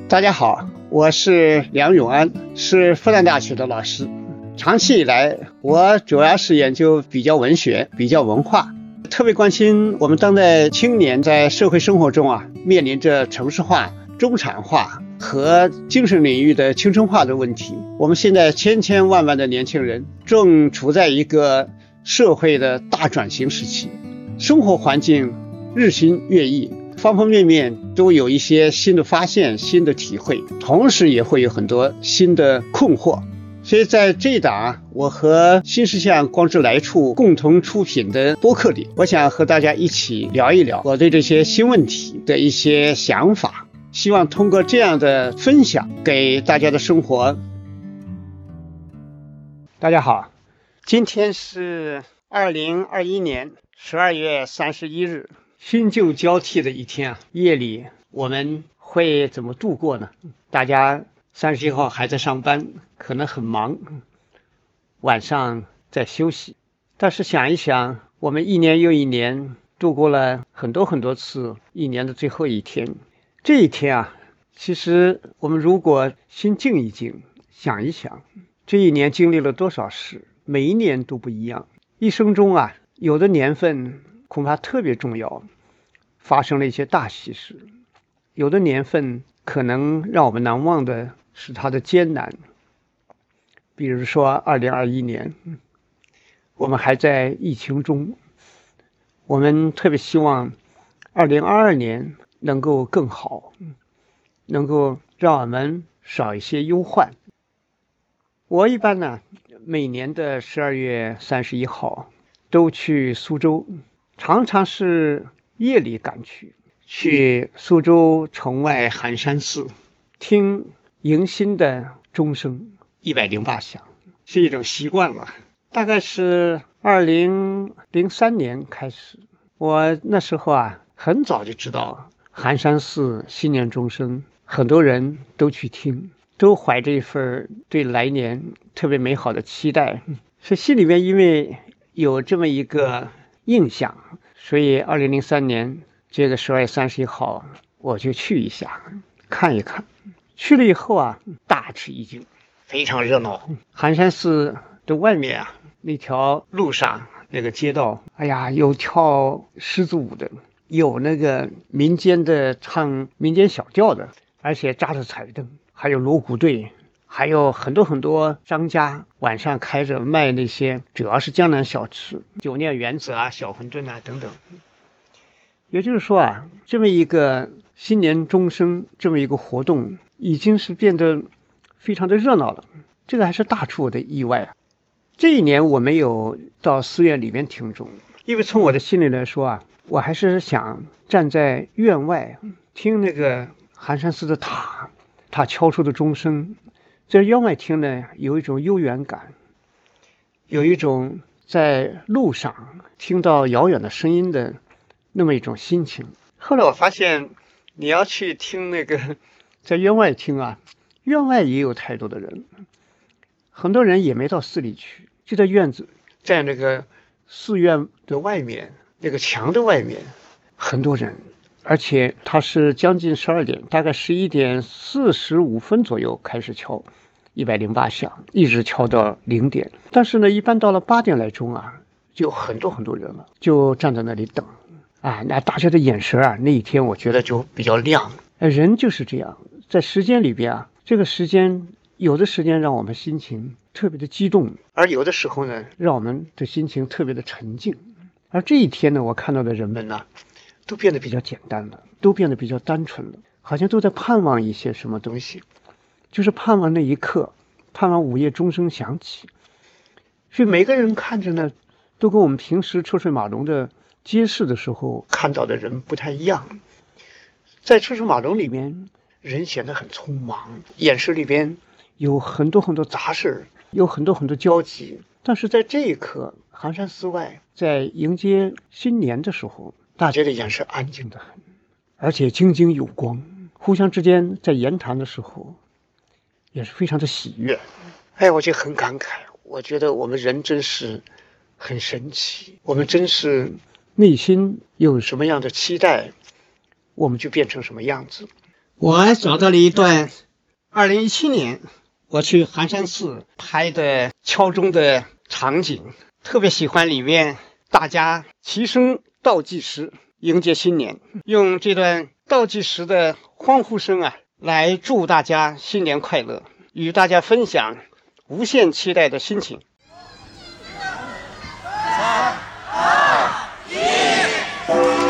大家好，我是梁永安，是复旦大学的老师。长期以来，我主要是研究比较文学、比较文化，特别关心我们当代青年在社会生活中面临着城市化、中产化和精神领域的青春化的问题。我们现在千千万万的年轻人正处在一个社会的大转型时期，生活环境日新月异，方方面面都有一些新的发现、新的体会，同时也会有很多新的困惑。所以在这一档我和新世相光之来处共同出品的播客里，我想和大家一起聊一聊我对这些新问题的一些想法，希望通过这样的分享给大家的生活。大家好，今天是2021年12月31日，新旧交替的一天夜里我们会怎么度过呢？大家31号还在上班，可能很忙，晚上在休息。但是想一想，我们一年又一年度过了很多次一年的最后一天。这一天其实我们如果心静一静，想一想，这一年经历了多少事，每一年都不一样。一生中有的年份恐怕特别重要，发生了一些大喜事；有的年份可能让我们难忘的是它的艰难。比如说2021年，我们还在疫情中，我们特别希望2022年能够更好，能够让我们少一些忧患。我一般每年的12月31号都去苏州，常常是夜里赶去苏州城外寒山寺听迎新的钟声108响，是一种习惯了。大概是2003年开始，我那时候很早就知道寒山寺新年钟声，很多人都去听，都怀着一份对来年特别美好的期待，所以心里面因为有这么一个印象，所以2003年这个12月31号我就去一下看一看。去了以后大吃一惊，非常热闹。寒山寺的外面那条路上那个街道，有跳狮子舞的，有那个民间的唱民间小调的，而且扎着彩灯，还有锣鼓队，还有很多商家晚上开着卖那些主要是江南小吃，酒酿圆子小馄饨等等。也就是说这么一个新年钟声，这么一个活动已经是变得非常的热闹了，这个还是大出我的意外。这一年我没有到寺院里面听钟，因为从我的心里来说我还是想站在院外听那个寒山寺的塔敲出的钟声，在院外听呢，有一种悠远感，有一种在路上听到遥远的声音的那么一种心情。后来我发现你要去听那个在院外听院外也有太多的人，很多人也没到寺里去，就在院子，在那个寺院的外面，那个墙的外面很多人，而且它是将近12点，大概11点45分左右开始敲108响，一直敲到0点。但是呢，一般到了8点来钟就有很多人了，就站在那里等那大家的眼神那一天我觉得就比较亮。人就是这样，在时间里边这个时间有的时间让我们心情特别的激动，而有的时候呢让我们的心情特别的沉静。而这一天呢，我看到的人们都变得比较简单了，都变得比较单纯了，好像都在盼望一些什么东西，就是盼望那一刻，盼望午夜钟声响起。所以每个人看着呢，都跟我们平时车水马龙的街市的时候看到的人不太一样。在车水马龙里面，人显得很匆忙，眼神里边有很多杂事，有很多交集。但是在这一刻，寒山寺外，在迎接新年的时候，大家的眼神安静得很，而且晶晶有光，互相之间在言谈的时候也是非常的喜悦。我就很感慨，我觉得我们人真是很神奇，我们真是内心有什么样的期待，我们就变成什么样子。 我找到了一段2017年我去寒山寺拍的敲钟的场景，特别喜欢里面大家齐声倒计时迎接新年，用这段倒计时的欢呼声来祝大家新年快乐，与大家分享无限期待的心情。3、2、1。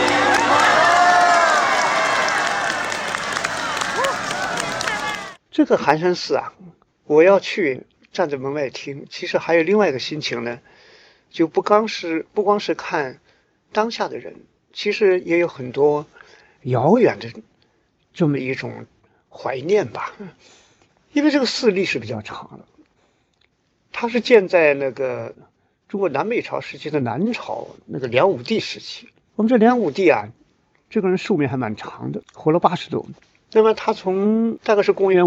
这个寒山寺我要去站在门外听，其实还有另外一个心情呢，就不光是看当下的人，其实也有很多遥远的这么一种怀念吧。因为这个寺历史比较长了，它是建在那个中国南北朝时期的南朝那个梁武帝时期。我们这梁武帝这个人寿命还蛮长的，活了80多。那么他从大概是公元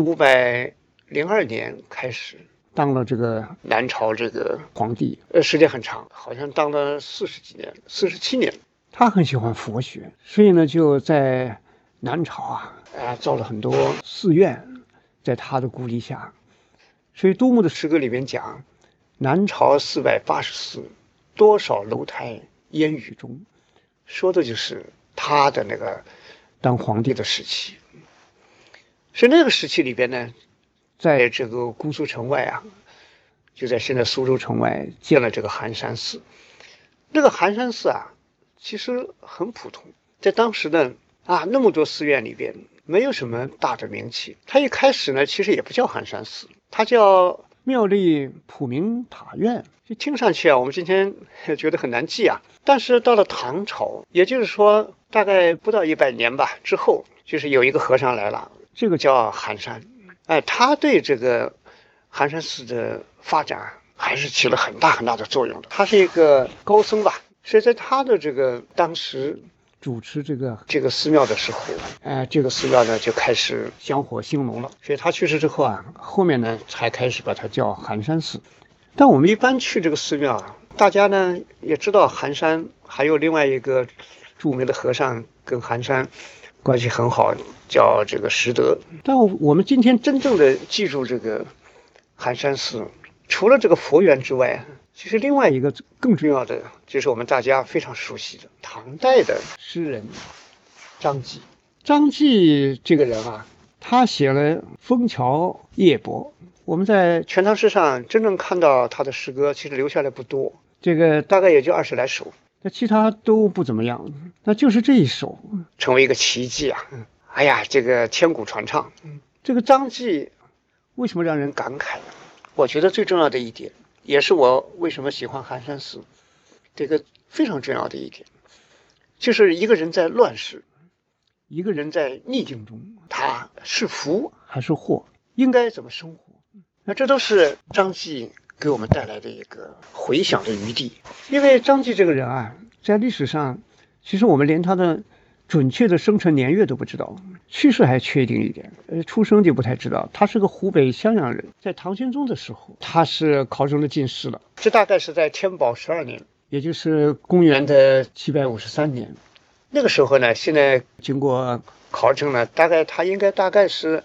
502年开始当了这个南朝这个皇帝，时间很长，好像当了40几年，47年。他很喜欢佛学，所以呢就在南朝造了很多寺院，在他的鼓励下。所以杜牧的诗歌里面讲，南朝480寺，多少楼台烟雨中，说的就是他的那个当皇帝的时期。所以那个时期里边呢，在这个姑苏城外就在现在苏州城外建了这个寒山寺。那个寒山寺其实很普通，在当时呢那么多寺院里边没有什么大的名气。它一开始呢其实也不叫寒山寺，它叫妙丽普明塔院。就听上去我们今天觉得很难记但是到了唐朝，也就是说大概不到100年吧之后，就是有一个和尚来了，这个叫寒山。他对这个寒山寺的发展还是起了很大很大的作用的。他是一个高僧吧，所以在他的这个当时主持这个寺庙的时候，这个寺庙呢就开始香火兴隆了。所以他去世之后后面呢才开始把它叫寒山寺。但我们一般去这个寺庙大家呢也知道寒山还有另外一个著名的和尚跟寒山关系很好，叫这个拾得。但我们今天真正的记住这个寒山寺，除了这个佛缘之外，其实另外一个更重要的就是我们大家非常熟悉的唐代的诗人张继。张继这个人他写了《枫桥夜泊》，我们在《全唐诗》上真正看到他的诗歌其实留下来不多，这个大概也就20来首，那其他都不怎么样。那就是这一首成为一个奇迹这个千古传唱。这个张继为什么让人感慨呢？我觉得最重要的一点，也是我为什么喜欢寒山寺这个非常重要的一点，就是一个人在乱世，一个人在逆境中，他是福还是祸，应该怎么生活。那这都是张继给我们带来的一个回想的余地。因为张继这个人在历史上其实我们连他的准确的生辰年月都不知道，去世还确定一点，出生就不太知道。他是个湖北襄阳人，在唐玄宗的时候他是考中了进士了，这大概是在天宝12年，也就是公元的753年。那个时候呢，现在经过考证呢，他应该大概是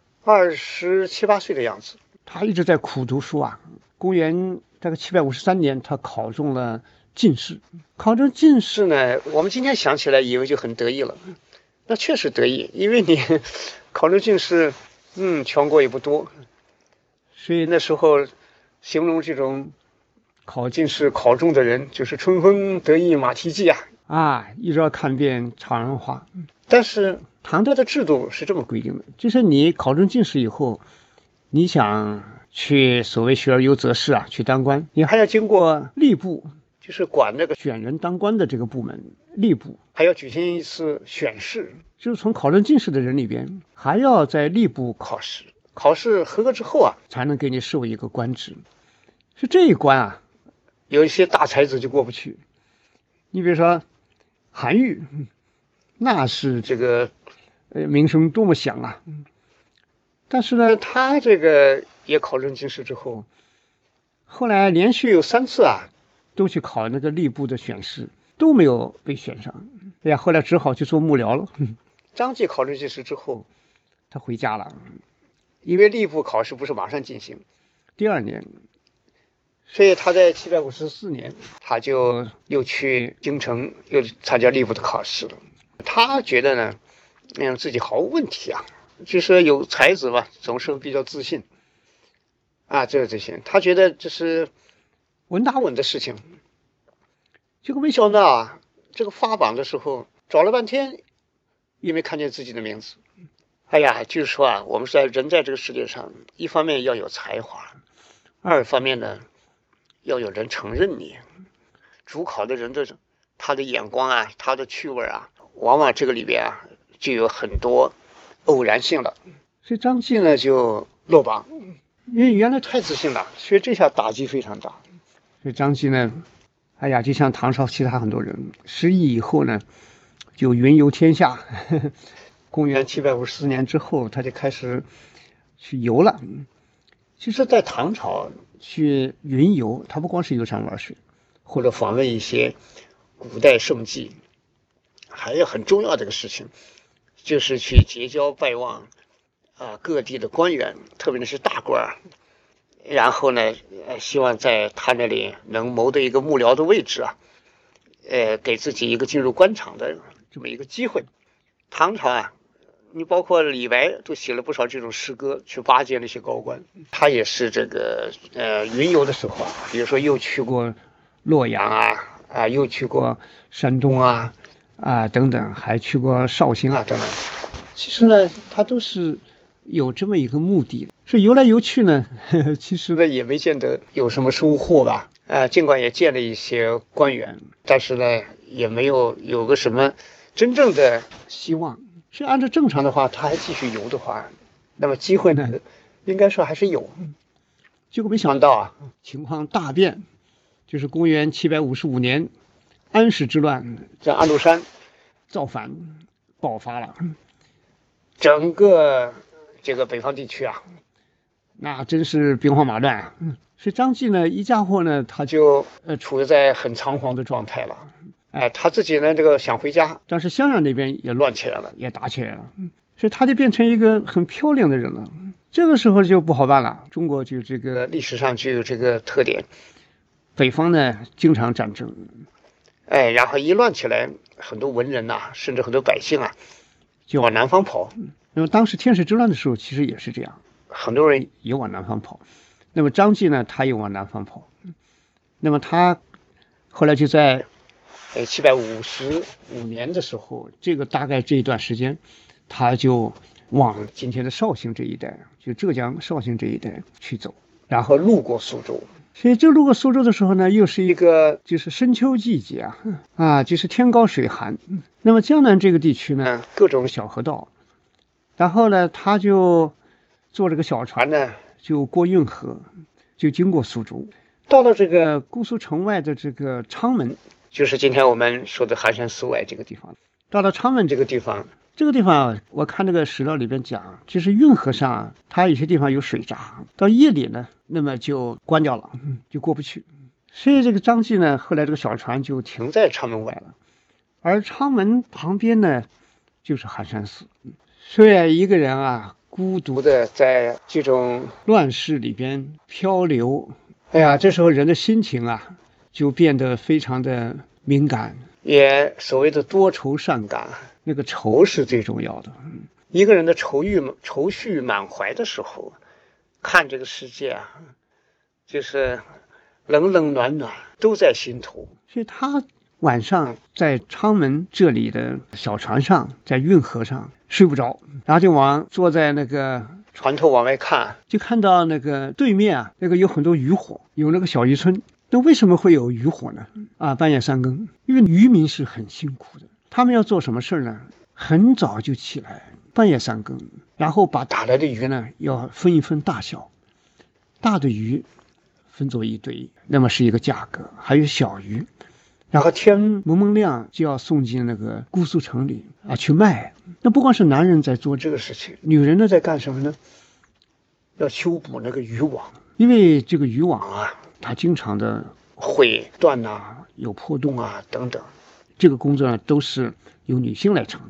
27、8岁的样子。他一直在苦读书公元大概753年他考中了进士。考中进士呢，我们今天想起来以为就很得意了，那确实得意，因为你考中进士全国也不多，所以那时候形容这种考进士考中的人就是春风得意马蹄疾一朝看遍常人话。但是唐代的制度是这么规定的，就是你考中进士以后，你想去所谓学而优则仕去当官，你还要经过吏部，就是管那个选人当官的这个部门，吏部还要举行一次选试，就是从考中进士的人里边还要在吏部考试，考试合格之后才能给你授一个官职。是这一关有一些大才子就过不去。你比如说韩愈，那是这个名声多么响但是呢他这个也考中进士之后，后来连续有3次都去考那个吏部的选试，都没有被选上。后来只好去做幕僚了。 张继考中进士之后，他回家了，因为吏部考试不是马上进行，第2年，所以他在754年，他就又去京城，又参加吏部的考试了。他觉得呢，自己毫无问题啊，就是有才子吧，总是比较自信啊，这些，他觉得这是稳打稳的事情。结果没想到啊，这个发榜的时候找了半天，也没看见自己的名字。哎呀，就是说啊，我们人在这个世界上，一方面要有才华，二方面呢，要有人承认你。主考的人他的眼光啊，他的趣味啊，往往这个里边啊，就有很多偶然性了。所以张继呢就落榜，因为原来太自信了，所以这下打击非常大。所以张继呢，哎呀，就像唐朝其他很多人，失意以后呢，就云游天下。公元754年之后，他就开始去游了。其实，在唐朝去云游，他不光是游山玩水，或者访问一些古代圣迹，还有很重要的一个事情，就是去结交拜望各地的官员，特别是大官，然后呢，希望在他那里能谋得一个幕僚的位置啊，给自己一个进入官场的这么一个机会。唐朝啊，你包括李白都写了不少这种诗歌去巴结那些高官。他也是这个云游的时候啊，比如说又去过洛阳又去过山东等等，还去过绍兴等等。其实呢，他都是有这么一个目的，所以游来游去呢，其实呢也没见得有什么收获吧。尽管也见了一些官员，但是呢也没有个什么真正的希望。所以按照正常的话，他还继续游的话，那么机会呢，应该说还是有。结果没想到啊，情况大变，就是公元755年，安史之乱在安禄山造反爆发了，整个这个北方地区啊，那真是兵荒马乱啊。所以张继呢，一家伙呢，他就处在很仓皇的状态了。他自己呢，这个想回家，但是襄阳那边也乱起来了，也打起来了，所以他就变成一个很飘零的人了。这个时候就不好办了，中国就这个历史上就有这个特点，北方呢经常战争，然后一乱起来，很多文人甚至很多百姓就往南方跑。那么当时天水之乱的时候，其实也是这样，很多人也往南方跑。那么张继呢，他也往南方跑。那么他后来就在755年的时候，大概这一段时间，他就往今天的绍兴这一带，就浙江绍兴这一带去走，然后路过苏州。所以路过苏州的时候呢，又是一个就是深秋季节就是天高水寒。那么江南这个地区呢，各种小河道，然后呢，他就坐这个小船呢，就过运河，就经过苏州，到了这个姑苏城外的这个昌门，就是今天我们说的寒山寺外这个地方。到了昌门这个地方，我看这个史料里边讲，就是运河上它有些地方有水闸，到夜里呢，那么就关掉了，就过不去。所以这个张继呢，后来这个小船就停在昌门外了，而昌门旁边呢，就是寒山寺。所以一个人孤独的在这种乱世里边漂流，这时候人的心情就变得非常的敏感，也所谓的多愁善感，那个愁是最重要的。一个人的愁绪满怀的时候，看这个世界就是冷冷暖暖都在心头。所以他晚上在昌门这里的小船上，在运河上睡不着，然后就坐在那个船头往外看，就看到那个对面那个有很多渔火，有那个小渔村。那为什么会有渔火呢？半夜3更，因为渔民是很辛苦的，他们要做什么事呢？很早就起来，半夜3更，然后把打来的鱼呢要分一分大小，大的鱼分作一堆，那么是一个价格，还有小鱼，然后天蒙蒙亮就要送进那个姑苏城里去卖。那不光是男人在做这个事情，女人呢在干什么呢？要修补那个渔网，因为这个渔网它经常的会断有破洞等等，这个工作呢都是由女性来承担。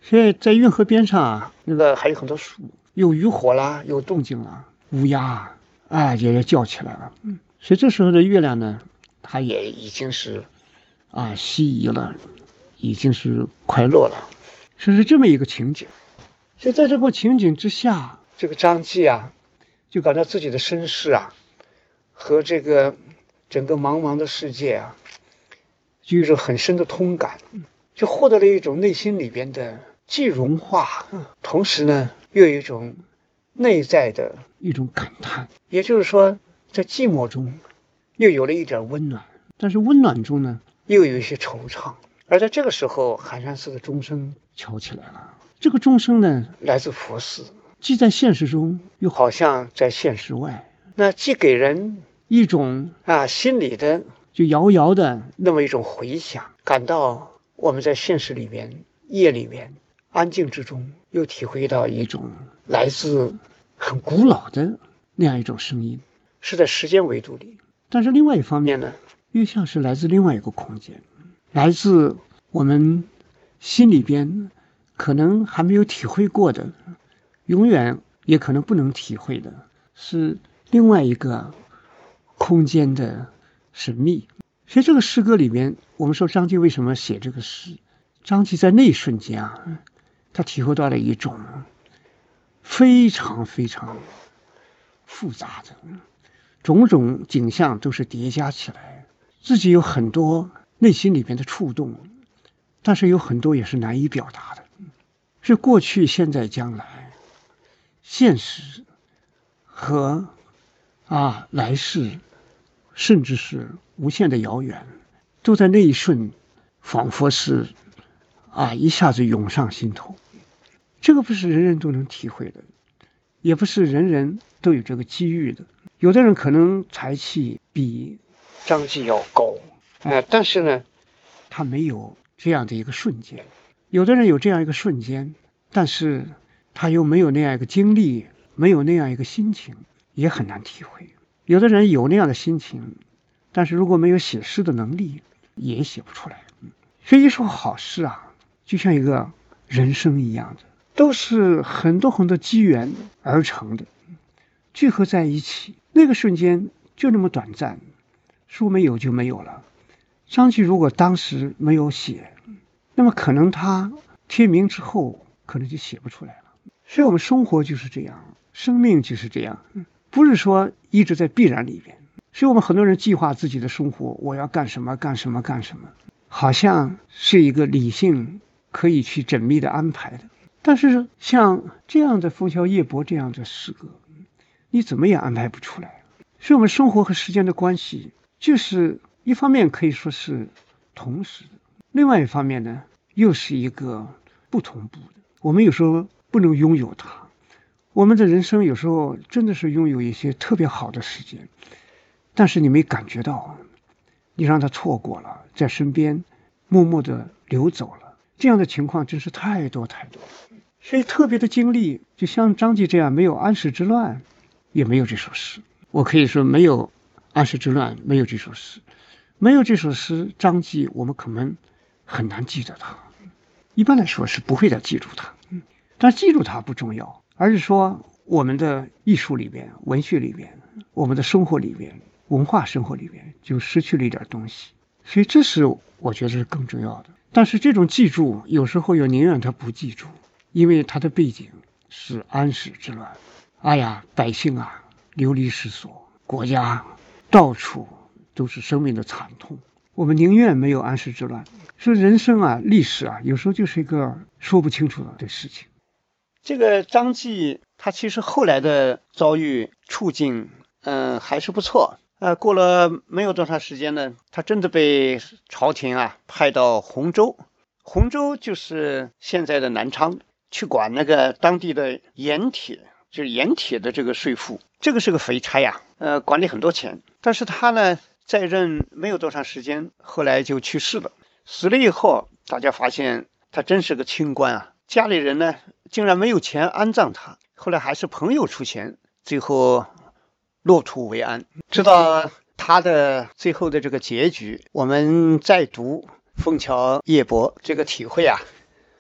所以在运河边上啊，那个还有很多树，有渔火啦，有动静啦，乌鸦也叫起来了。所以这时候的月亮呢，它也已经是西移了，已经是快落了，是这么一个情景。所以在这个情景之下，这个张继就感到自己的身世和这个整个茫茫的世界就有一种很深的通感，就获得了一种内心里边的既融化，同时呢又有一种内在的一种感叹。也就是说，在寂寞中又有了一点温暖，但是温暖中呢又有一些惆怅。而在这个时候，寒山寺的钟声敲起来了。这个钟声呢，来自佛寺，既在现实中，又好像在现实外。那既给人一种心里的就遥遥的那么一种回响，感到我们在现实里边、夜里边、安静之中，又体会到一种来自很古老的那样一种声音，是在时间维度里。但是另外一方面呢，又像是来自另外一个空间，来自我们心里边可能还没有体会过的，永远也可能不能体会的，是另外一个空间的神秘。所以这个诗歌里面，我们说张继为什么写这个诗？张继在那一瞬间他体会到了一种非常非常复杂的种种景象，都是叠加起来，自己有很多内心里面的触动，但是有很多也是难以表达的，是过去、现在、将来，现实和来世，甚至是无限的遥远，都在那一瞬仿佛是一下子涌上心头。这个不是人人都能体会的，也不是人人都有这个机遇的。有的人可能才气比张继要高，但是呢他没有这样的一个瞬间。有的人有这样一个瞬间，但是他又没有那样一个经历，没有那样一个心情，也很难体会。有的人有那样的心情，但是如果没有写诗的能力，也写不出来。所以一首好诗就像一个人生一样的，都是很多很多机缘而成的，聚合在一起，那个瞬间就那么短暂，说没有就没有了。张继如果当时没有写，那么可能他天明之后可能就写不出来了。所以我们生活就是这样，生命就是这样，不是说一直在必然里边。所以我们很多人计划自己的生活，我要干什么干什么干什么，好像是一个理性可以去缜密的安排的。但是像这样的枫桥夜泊这样的诗歌，你怎么也安排不出来。所以我们生活和时间的关系，就是一方面可以说是同时的，另外一方面呢又是一个不同步的。我们有时候不能拥有它，我们的人生有时候真的是拥有一些特别好的时间，但是你没感觉到，你让它错过了，在身边默默地流走了。这样的情况真是太多太多了。所以特别的经历，就像张继这样，没有安史之乱，也没有这首诗。我可以说没有安史之乱，没有这首诗，没有这首诗，张继我们可能很难记得他。一般来说是不会再记住他，但记住他不重要，而是说我们的艺术里边、文学里边、我们的生活里边、文化生活里边就失去了一点东西。所以这是我觉得是更重要的。但是这种记住有时候又宁愿他不记住，因为他的背景是安史之乱。百姓流离失所，国家到处都是生命的惨痛，我们宁愿没有安史之乱。所以人生历史有时候就是一个说不清楚的事情。这个张继他其实后来的遭遇处境还是不错。过了没有多长时间呢，他真的被朝廷派到洪州。洪州就是现在的南昌，去管那个当地的盐铁，就是盐铁的这个税赋。这个是个肥差管理很多钱。但是他呢在任没有多长时间，后来就去世了。死了以后，大家发现他真是个清官家里人呢竟然没有钱安葬他，后来还是朋友出钱，最后落土为安。知道他的最后的这个结局，我们再读枫桥夜泊，这个体会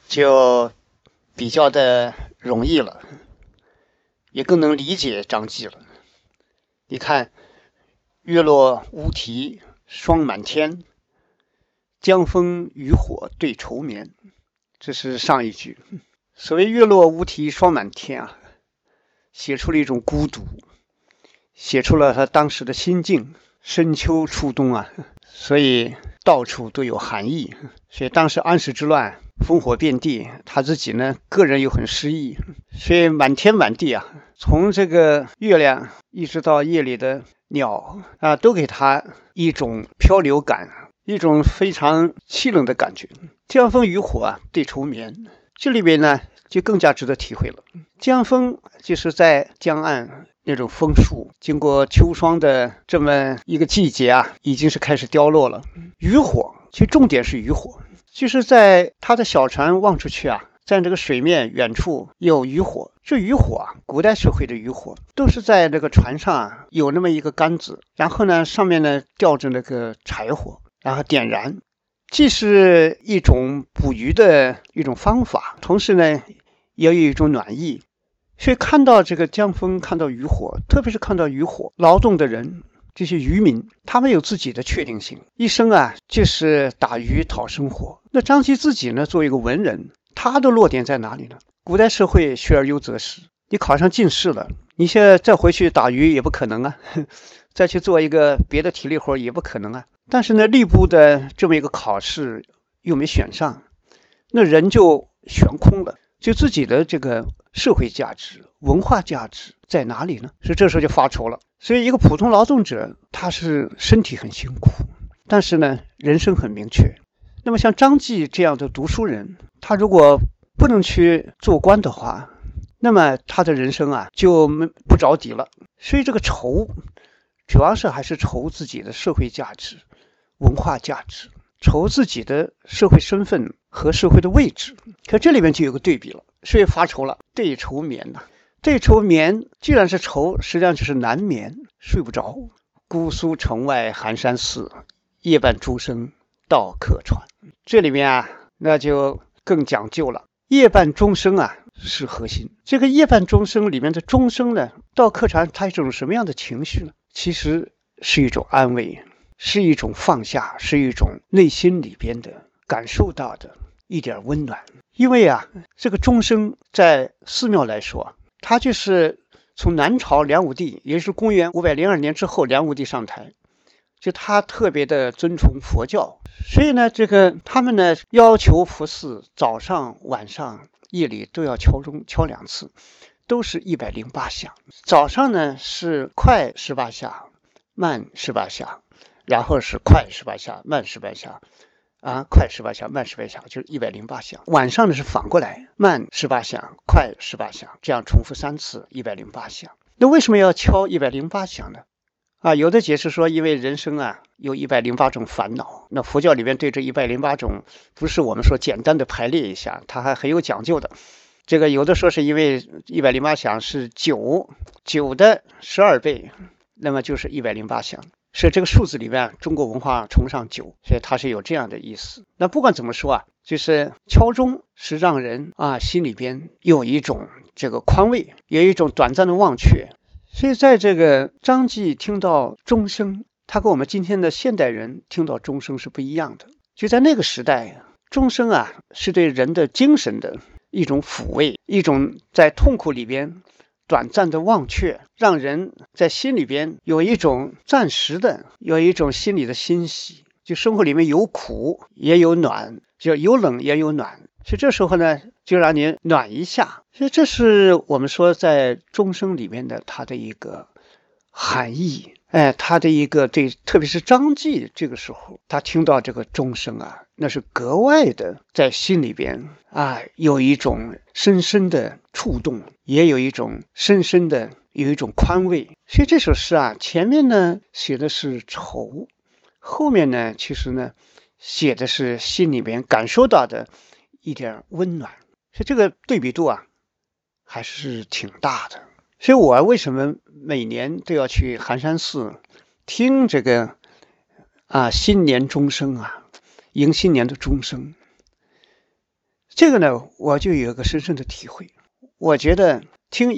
就比较的容易了，也更能理解张继了。你看，月落乌啼霜满天，江枫渔火对愁眠，这是上一句。所谓月落乌啼霜满天啊，写出了一种孤独，写出了他当时的心境。深秋初冬啊，所以到处都有寒意。所以当时安史之乱烽火遍地，他自己呢个人又很失意，所以满天满地啊，从这个月亮一直到夜里的鸟啊，都给他一种漂流感，一种非常凄冷的感觉。江枫渔火啊对愁眠，这里边呢就更加值得体会了。江枫就是在江岸那种枫树，经过秋霜的这么一个季节啊，已经是开始凋落了。渔火，其实重点是渔火，就是在他的小船望出去啊，在这个水面远处有渔火。这渔火啊，古代社会的渔火都是在这个船上啊有那么一个杆子，然后呢上面呢吊着那个柴火，然后点燃，既是一种捕鱼的一种方法，同时呢也有一种暖意。所以看到这个江枫，看到渔火，特别是看到渔火，劳动的人，这些渔民，他们有自己的确定性，一生啊就是打鱼讨生活。那张继自己呢，作为一个文人，他的落点在哪里呢？古代社会学而优则仕，你考上进士了，你现在再回去打鱼也不可能啊，再去做一个别的体力活也不可能啊。但是呢，吏部的这么一个考试又没选上，那人就悬空了，就自己的这个社会价值、文化价值在哪里呢？所以这时候就发愁了。所以一个普通劳动者，他是身体很辛苦，但是呢，人生很明确。那么像张继这样的读书人，他如果不能去做官的话，那么他的人生啊就不着底了。所以这个愁，主要是还是愁自己的社会价值、文化价值，愁自己的社会身份和社会的位置。可这里面就有个对比了，所以发愁了，对愁眠呐。对愁眠，既然是愁，实际上就是难眠，睡不着。姑苏城外寒山寺，夜半钟声到客船。这里面啊，那就更讲究了。夜半钟声啊是核心。这个夜半钟声里面的钟声呢，到客船，它是一种什么样的情绪呢？其实是一种安慰，是一种放下，是一种内心里边的感受到的一点温暖。因为啊，这个钟声在寺庙来说，它就是从南朝梁武帝，也就是公元502年之后，梁武帝上台，就他特别的尊崇佛教，所以呢，这个他们呢要求佛寺早上、晚上、夜里都要敲钟，敲2次，都是108下。早上呢是快18下，慢18下，然后是快18下，慢18下。快18下，慢18下，就是108下。晚上呢是反过来，慢18下，快18下，这样重复3次，108下。那为什么要敲108下呢？有的解释说，因为人生啊有108种烦恼。那佛教里面对这108种，不是我们说简单的排列一下，它还很有讲究的。这个有的说是因为108响是9的12倍，那么就是108响。是这个数字里面，中国文化崇尚9，所以它是有这样的意思。那不管怎么说啊，就是敲钟是让人心里边有一种这个宽慰，有一种短暂的忘却。所以在这个张继听到钟声，他跟我们今天的现代人听到钟声是不一样的。就在那个时代，钟声啊是对人的精神的一种抚慰，一种在痛苦里边短暂的忘却，让人在心里边有一种暂时的，有一种心里的欣喜。就生活里面有苦也有暖，就有冷也有暖，所以这时候呢就让你暖一下。所以这是我们说在钟声里面的它的一个含义。他的一个对，特别是张继这个时候，他听到这个钟声啊，那是格外的在心里边有一种深深的触动，也有一种深深的有一种宽慰。所以这首诗啊，前面呢写的是愁，后面呢其实呢写的是心里边感受到的一点温暖。所以这个对比度啊还是挺大的。所以我为什么每年都要去寒山寺听这个新年钟声迎新年的钟声？ 这个呢，我就有一个深深的体会。我觉得听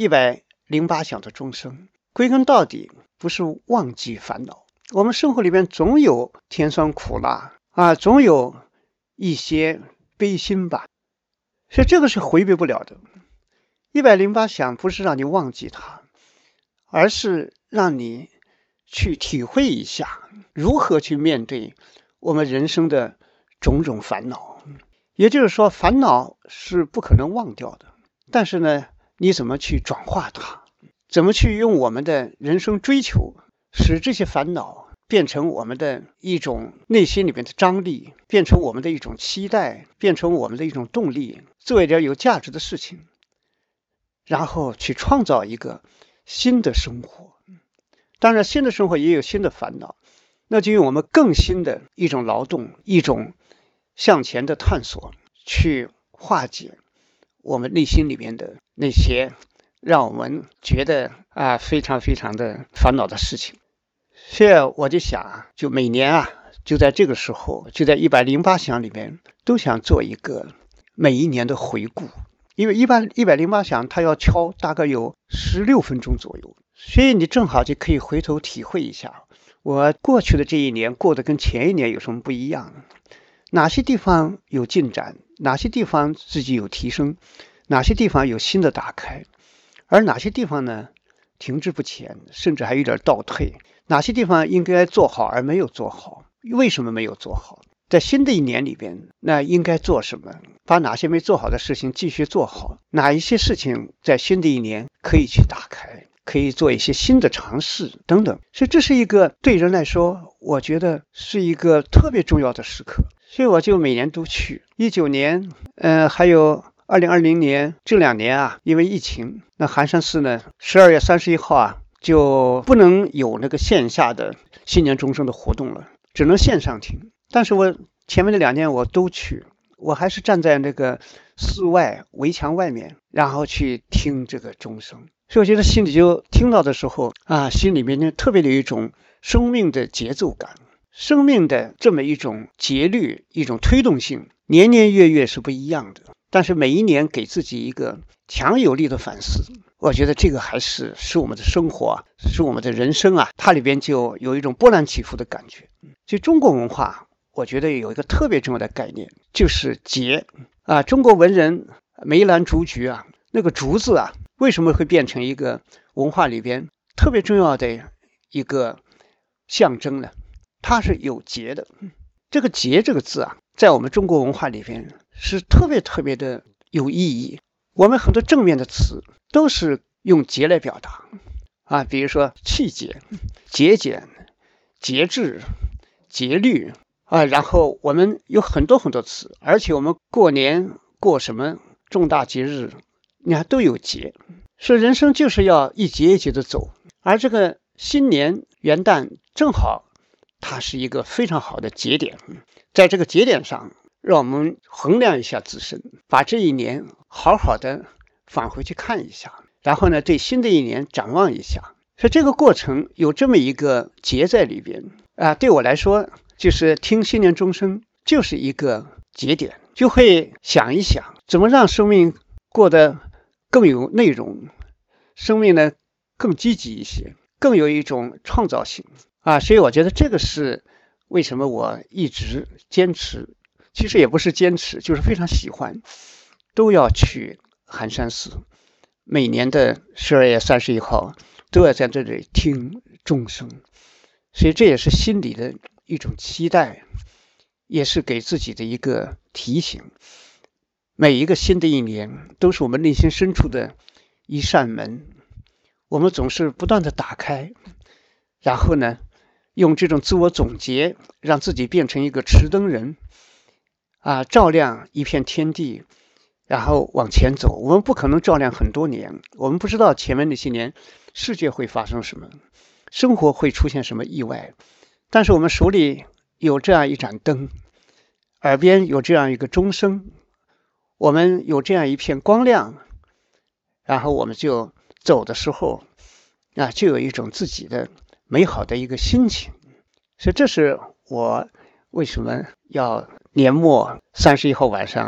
108响的钟声，归根到底不是忘记烦恼。我们生活里面总有甜酸苦辣啊，总有一些悲心吧，所以这个是回避不了的。108响不是让你忘记它，而是让你去体会一下如何去面对我们人生的种种烦恼。也就是说，烦恼是不可能忘掉的，但是呢，你怎么去转化它，怎么去用我们的人生追求，使这些烦恼变成我们的一种内心里面的张力，变成我们的一种期待，变成我们的一种动力，做一点有价值的事情，然后去创造一个新的生活。当然，新的生活也有新的烦恼，那就用我们更新的一种劳动，一种向前的探索，去化解我们内心里面的那些让我们觉得非常非常的烦恼的事情。所以我就想就每年就在这个时候，就在108响里面，都想做一个每一年的回顾。因为一般108响它要敲大概有16分钟左右，所以你正好就可以回头体会一下，我过去的这一年过得跟前一年有什么不一样，哪些地方有进展，哪些地方自己有提升，哪些地方有新的打开，而哪些地方呢停滞不前，甚至还有点倒退，哪些地方应该做好而没有做好，为什么没有做好，在新的一年里边那应该做什么，把哪些没做好的事情继续做好，哪一些事情在新的一年可以去打开，可以做一些新的尝试等等。所以这是一个对人来说，我觉得是一个特别重要的时刻，所以我就每年都去。19年还有2020年这2年因为疫情，那寒山寺呢12月31号就不能有那个线下的新年钟声的活动了，只能线上听。但是我前面的2年我都去，我还是站在那个寺外围墙外面，然后去听这个钟声。所以我觉得心里就听到的时候心里面特别的有一种生命的节奏感，生命的这么一种节律，一种推动性，年年月月是不一样的，但是每一年给自己一个强有力的反思，我觉得这个还是我们的生活是我们的人生它里边就有一种波澜起伏的感觉。就中国文化我觉得有一个特别重要的概念，就是节中国文人梅兰竹菊那个竹字为什么会变成一个文化里边特别重要的一个象征呢？它是有节的。这个节这个字在我们中国文化里边是特别特别的有意义。我们很多正面的词都是用节来表达比如说气节、节俭、节制、节律然后我们有很多很多词，而且我们过年过什么重大节日你看都有节，所以人生就是要一节一节的走。而这个新年元旦正好它是一个非常好的节点，在这个节点上让我们衡量一下自身，把这一年好好的返回去看一下，然后呢对新的一年展望一下。所以这个过程有这么一个节在里边对我来说就是听新年钟声就是一个节点，就会想一想怎么让生命过得更有内容，生命呢更积极一些，更有一种创造性所以我觉得这个是为什么我一直坚持，其实也不是坚持，就是非常喜欢，都要去寒山寺，每年的12月31号都要在这里听钟声。所以这也是心里的一种期待，也是给自己的一个提醒。每一个新的一年都是我们内心深处的一扇门，我们总是不断的打开，然后呢用这种自我总结让自己变成一个持灯人照亮一片天地，然后往前走。我们不可能照亮很多年，我们不知道前面那些年世界会发生什么，生活会出现什么意外，但是我们手里有这样一盏灯，耳边有这样一个钟声，我们有这样一片光亮，然后我们就走的时候就有一种自己的美好的一个心情。所以这是我为什么要年末31号晚上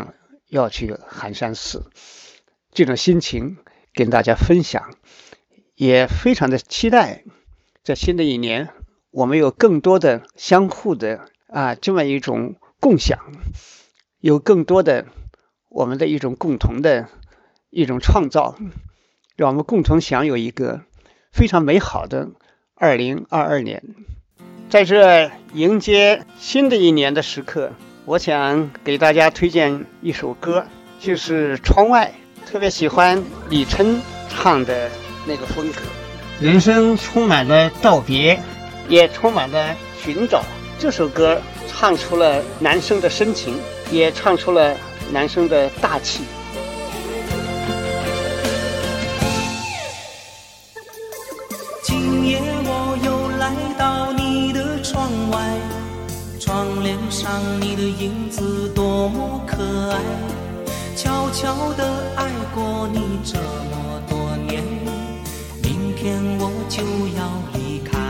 要去寒山寺，这种心情跟大家分享，也非常的期待在新的一年我们有更多的相互的这么一种共享，有更多的我们的一种共同的一种创造，让我们共同享有一个非常美好的2022年。在这迎接新的一年的时刻，我想给大家推荐一首歌，就是《窗外》，特别喜欢李琛唱的那个风格。人生充满了道别，也充满了寻找。这首歌唱出了男生的深情，也唱出了男生的大气。 今夜我又来到你的窗外，窗帘上你的影子多么可爱，悄悄地爱过你这么多年，明天我就要离开。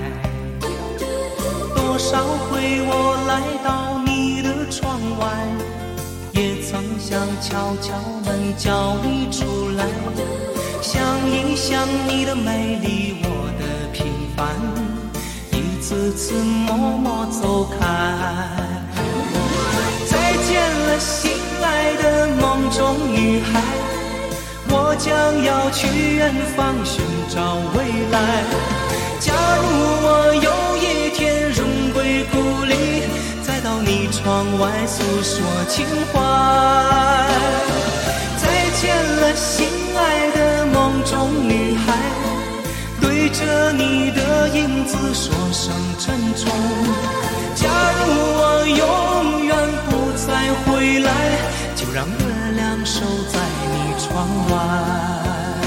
多少回我来到你的窗外，也曾想敲敲门叫你出来，想一想你的美丽，我的平凡，一次次默默走开。再见了心爱的梦中女孩，我将要去远方寻找未来。假如我有一天荣归故里，再到你窗外诉说情怀。再见了心爱的梦中女孩，对着你的影子说声珍重。假如我永远不再回来，就让月亮守在你窗外。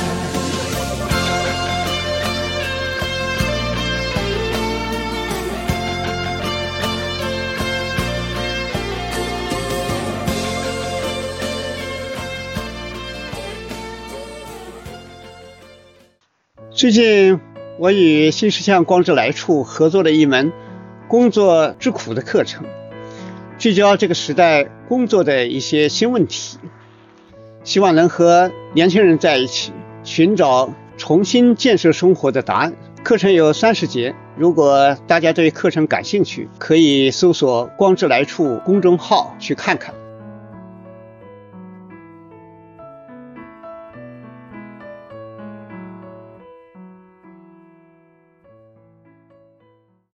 最近我与新实相光之来处合作了一门工作之苦的课程，聚焦这个时代工作的一些新问题，希望能和年轻人在一起寻找重新建设生活的答案。课程有30节，如果大家对课程感兴趣，可以搜索光之来处公众号去看看。